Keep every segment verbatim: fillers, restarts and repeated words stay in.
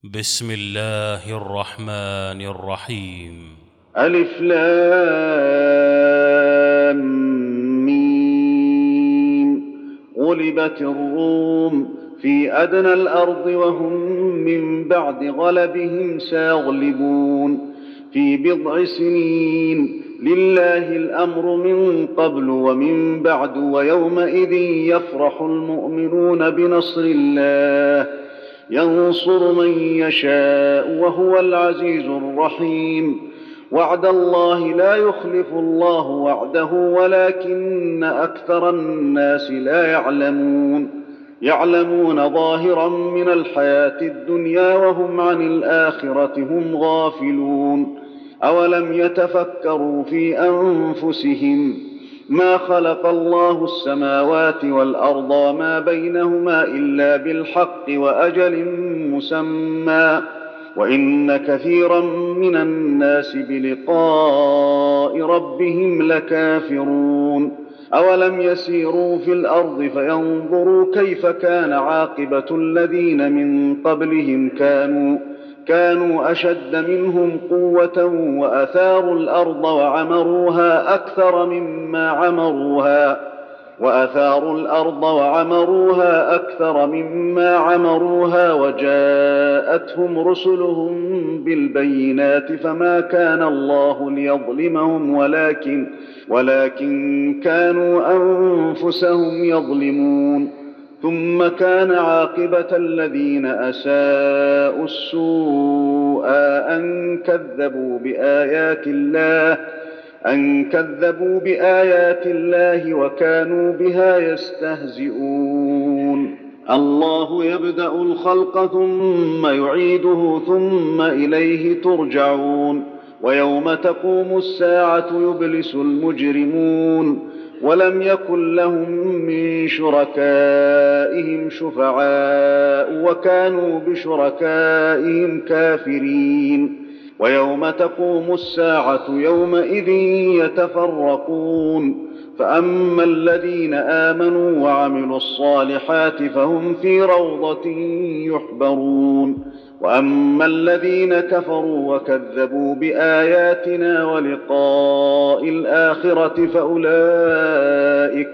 بسم الله الرحمن الرحيم. ألف لام ميم. غلبت الروم في أدنى الأرض وهم من بعد غلبهم سيغلبون في بضع سنين. لله الأمر من قبل ومن بعد ويومئذ يفرح المؤمنون بنصر الله ينصر من يشاء وهو العزيز الرحيم. وعد الله لا يخلف الله وعده ولكن أكثر الناس لا يعلمون يعلمون ظاهرا من الحياة الدنيا وهم عن الآخرة هم غافلون. أولم يتفكروا في أنفسهم ما خلق الله السماوات والأرض وما بينهما إلا بالحق وأجل مسمى وإن كثيرا من الناس بلقاء ربهم لكافرون. أولم يسيروا في الأرض فينظروا كيف كان عاقبة الذين من قبلهم كانوا كانوا أشد منهم قوة وأثاروا الأرض وعمروها أكثر مما عمروها وأثاروا الأرض وعمروها أكثر مما عمروها وجاءتهم رسلهم بالبينات فما كان الله ليظلمهم ولكن ولكن كانوا أنفسهم يظلمون. ثم كان عاقبة الذين أساءوا السوء أن كذبوا بآيات الله أن كذبوا بآيات الله وكانوا بها يستهزئون. الله يبدأ الخلق ثم يعيده ثم إليه ترجعون. ويوم تقوم الساعة يبلس المجرمون ولم يكن لهم من شركائهم شفعاء وكانوا بشركائهم كافرين. ويوم تقوم الساعة يومئذ يتفرقون فأما الذين آمنوا وعملوا الصالحات فهم في روضة يحبرون وأما الذين كفروا وكذبوا بآياتنا ولقاء الآخرة فأولئك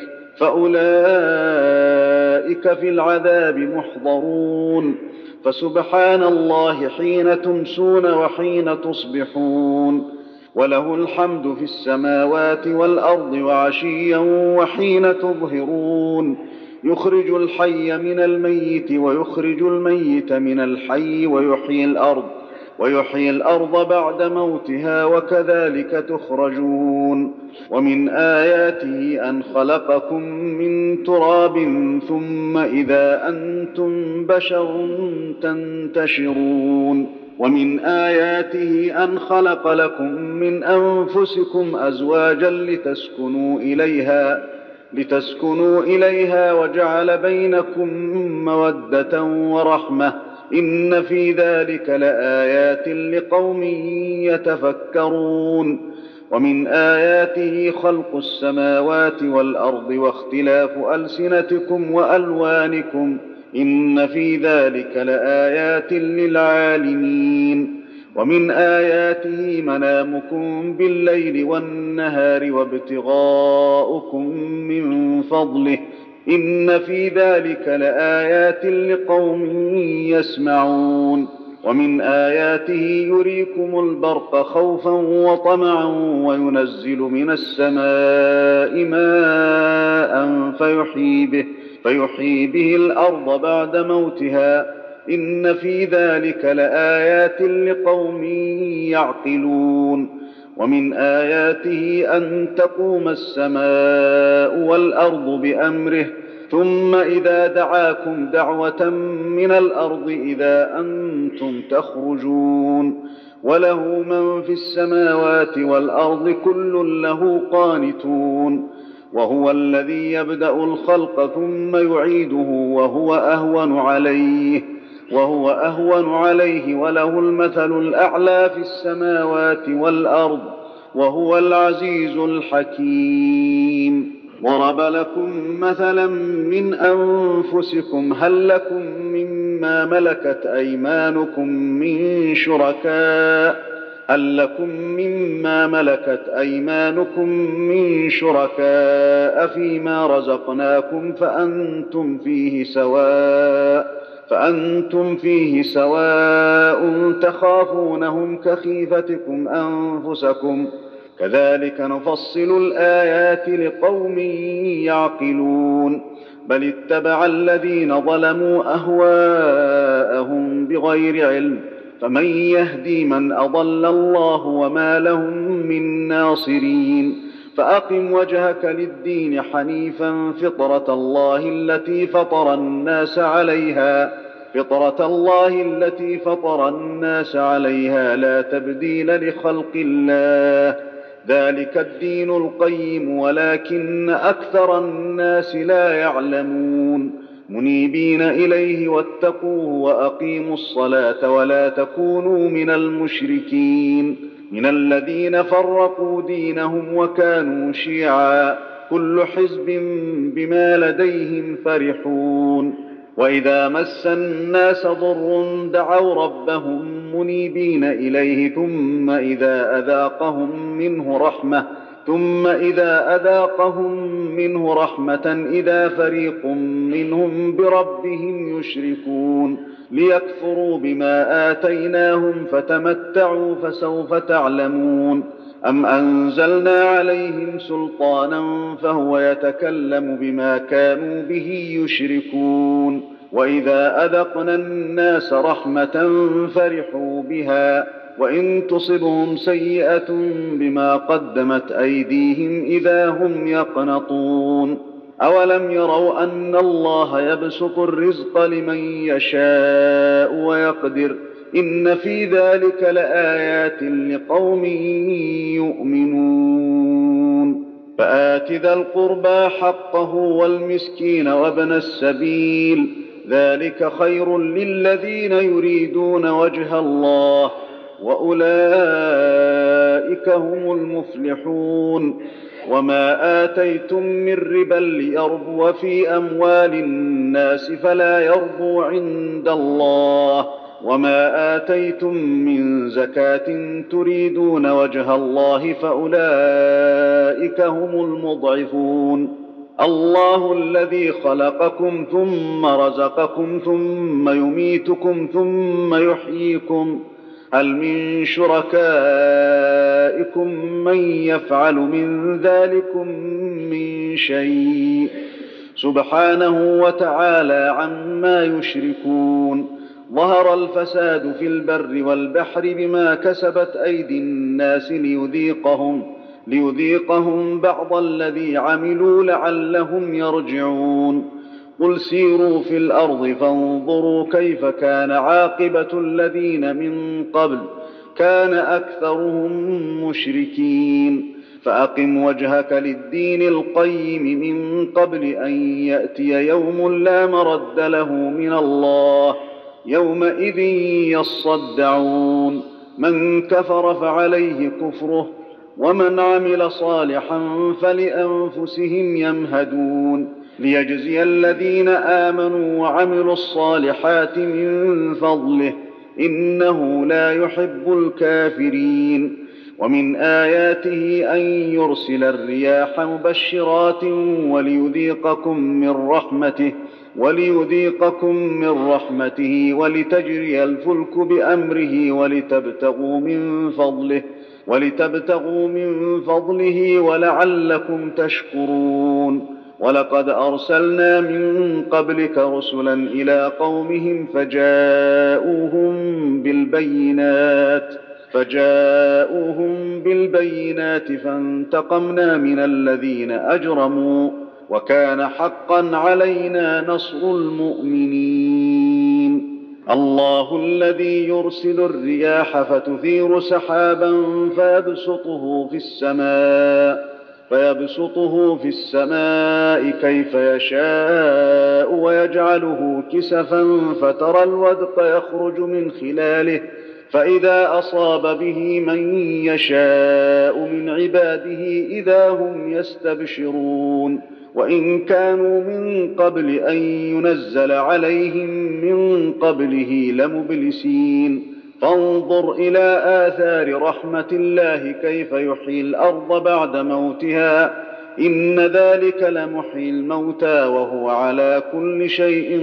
فأولئك في العذاب محضرون. فسبحان الله حين تمسون وحين تصبحون وله الحمد في السماوات والأرض وعشيا وحين تظهرون. يخرج الحي من الميت ويخرج الميت من الحي ويحيي الأرض ويحيي الأرض بعد موتها وكذلك تخرجون. ومن آياته أن خلقكم من تراب ثم إذا أنتم بشر تنتشرون. ومن آياته أن خلق لكم من أنفسكم أزواجا لتسكنوا إليها لتسكنوا إليها وجعل بينكم مودة ورحمة إن في ذلك لآيات لقوم يتفكرون. ومن آياته خلق السماوات والأرض واختلاف ألسنتكم وألوانكم إن في ذلك لآيات للعالمين. ومن آياته منامكم بالليل والنهار وابتغاؤكم من فضله إن في ذلك لآيات لقوم يسمعون. ومن آياته يريكم البرق خوفا وطمعا وينزل من السماء ماء فيحيي به, فيحيي به الأرض بعد موتها إن في ذلك لآيات لقوم يعقلون. ومن آياته أن تقوم السماء والأرض بأمره ثم إذا دعاكم دعوة من الأرض إذا أنتم تخرجون. وله من في السماوات والأرض كل له قانتون. وهو الذي يبدأ الخلق ثم يعيده وهو أهون عليه وهو أهون عليه وله المثل الأعلى في السماوات والأرض وهو العزيز الحكيم. ضرب لكم مثلا من أنفسكم هل لكم من مما ملكت أيمانكم من شركاء هل لكم مما ملكت أيمانكم من شركاء فيما رزقناكم فأنتم فيه سواء فأنتم فيه سواء تخافونهم كخيفتكم أنفسكم كذلك نفصل الآيات لقوم يعقلون بل اتبع الذين ظلموا أهواءهم بغير علم فمن يهدي من أضل الله وما لهم من ناصرين فأقم وجهك للدين حنيفا فطرة الله التي فطر الناس عليها فطرة الله التي فطر الناس عليها لا تبديل لخلق الله ذلك الدين القيم ولكن أكثر الناس لا يعلمون منيبين إليه واتقوه وأقيموا الصلاة ولا تكونوا من المشركين من الذين فرقوا دينهم وكانوا شيعا كل حزب بما لديهم فرحون وإذا مس الناس ضر دعوا ربهم منيبين إليه ثم إذا أذاقهم منه رحمة ثم إذا أذاقهم منه رحمة إذا فريق منهم بربهم يشركون ليكفروا بما آتيناهم فتمتعوا فسوف تعلمون أم أنزلنا عليهم سلطانا فهو يتكلم بما كانوا به يشركون وإذا أذقنا الناس رحمة فرحوا بها وإن تصبهم سيئة بما قدمت أيديهم إذا هم يقنطون أولم يروا أن الله يبسط الرزق لمن يشاء ويقدر إن في ذلك لآيات لقوم يؤمنون فآت ذا القربى حقه والمسكين وابن السبيل ذلك خير للذين يريدون وجه الله وأولئك هم المفلحون وما آتيتم من ربا ليربو في أموال الناس فلا يربو عند الله وما آتيتم من زكاة تريدون وجه الله فأولئك هم المضعفون الله الذي خلقكم ثم رزقكم ثم يميتكم ثم يحييكم هل من شركائكم من يفعل من ذلكم من شيء سبحانه وتعالى عما يشركون ظهر الفساد في البر والبحر بما كسبت أيدي الناس ليذيقهم ليذيقهم بعض الذي عملوا لعلهم يرجعون قل سيروا في الأرض فانظروا كيف كان عاقبة الذين من قبل كان أكثرهم مشركين فأقم وجهك للدين القيم من قبل أن يأتي يوم لا مرد له من الله يومئذ يصدعون من كفر فعليه كفره ومن عمل صالحا فلأنفسهم يمهدون ليجزي الذين آمنوا وعملوا الصالحات من فضله إنه لا يحب الكافرين ومن آياته أن يرسل الرياح مبشرات وليذيقكم من رحمته وليذيقكم من رحمته ولتجري الفلك بأمره ولتبتغوا من فضله ولتبتغوا من فضله ولعلكم تشكرون ولقد أرسلنا من قبلك رسلا إلى قومهم فجاءوهم بالبينات فجاءوهم بالبينات فانتقمنا من الذين أجرموا وكان حقا علينا نصر المؤمنين الله الذي يرسل الرياح فتثير سحابا فيبسطه في السماء فيبسطه في السماء كيف يشاء ويجعله كسفا فترى الودق يخرج من خلاله فإذا أصاب به من يشاء من عباده إذا هم يستبشرون وإن كانوا من قبل أن ينزل عليهم من قبله لمبلسين فانظر إلى آثار رحمة الله كيف يحيي الأرض بعد موتها إن ذلك لمحيي الموتى وهو على كل شيء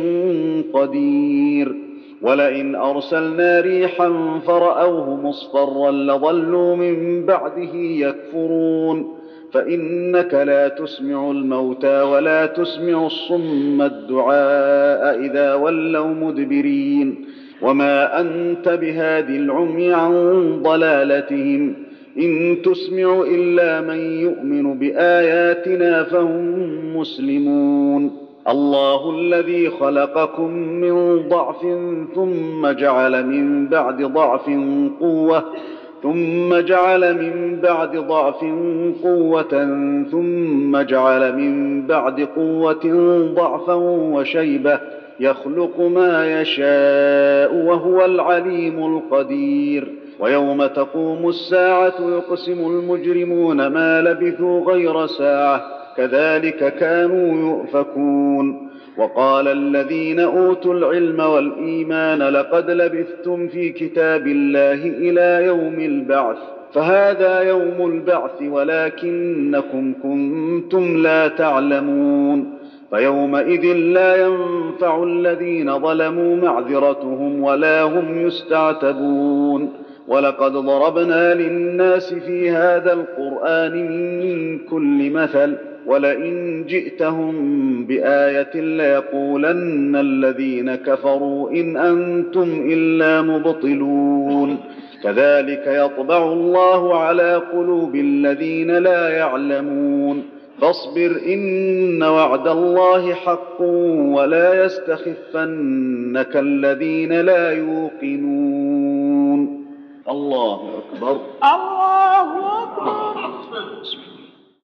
قدير ولئن أرسلنا ريحا فرأوه مصفرا لظلوا من بعده يكفرون فإنك لا تسمع الموتى ولا تسمع الصم الدعاء إذا ولوا مدبرين وما أنت بهاد العمي عن ضلالتهم إن تسمع إلا من يؤمن بآياتنا فهم مسلمون الله الذي خلقكم من ضعف ثم جعل من بعد ضعف قوة ثم جعل من بعد ضعف قوة ثم جعل من بعد قوة ضعفا وشيبة يخلق ما يشاء وهو العليم القدير ويوم تقوم الساعة يقسم المجرمون ما لبثوا غير ساعة كذلك كانوا يؤفكون وقال الذين أوتوا العلم والإيمان لقد لبثتم في كتاب الله إلى يوم البعث فهذا يوم البعث ولكنكم كنتم لا تعلمون فيومئذ لا ينفع الذين ظلموا معذرتهم ولا هم يستعتبون ولقد ضربنا للناس في هذا القرآن من كل مثل ولئن جئتهم بآية ليقولن الذين كفروا إن أنتم إلا مبطلون كذلك يطبع الله على قلوب الذين لا يعلمون فاصبر إن وعد الله حق ولا يستخفنك الذين لا يوقنون الله أكبر الله أكبر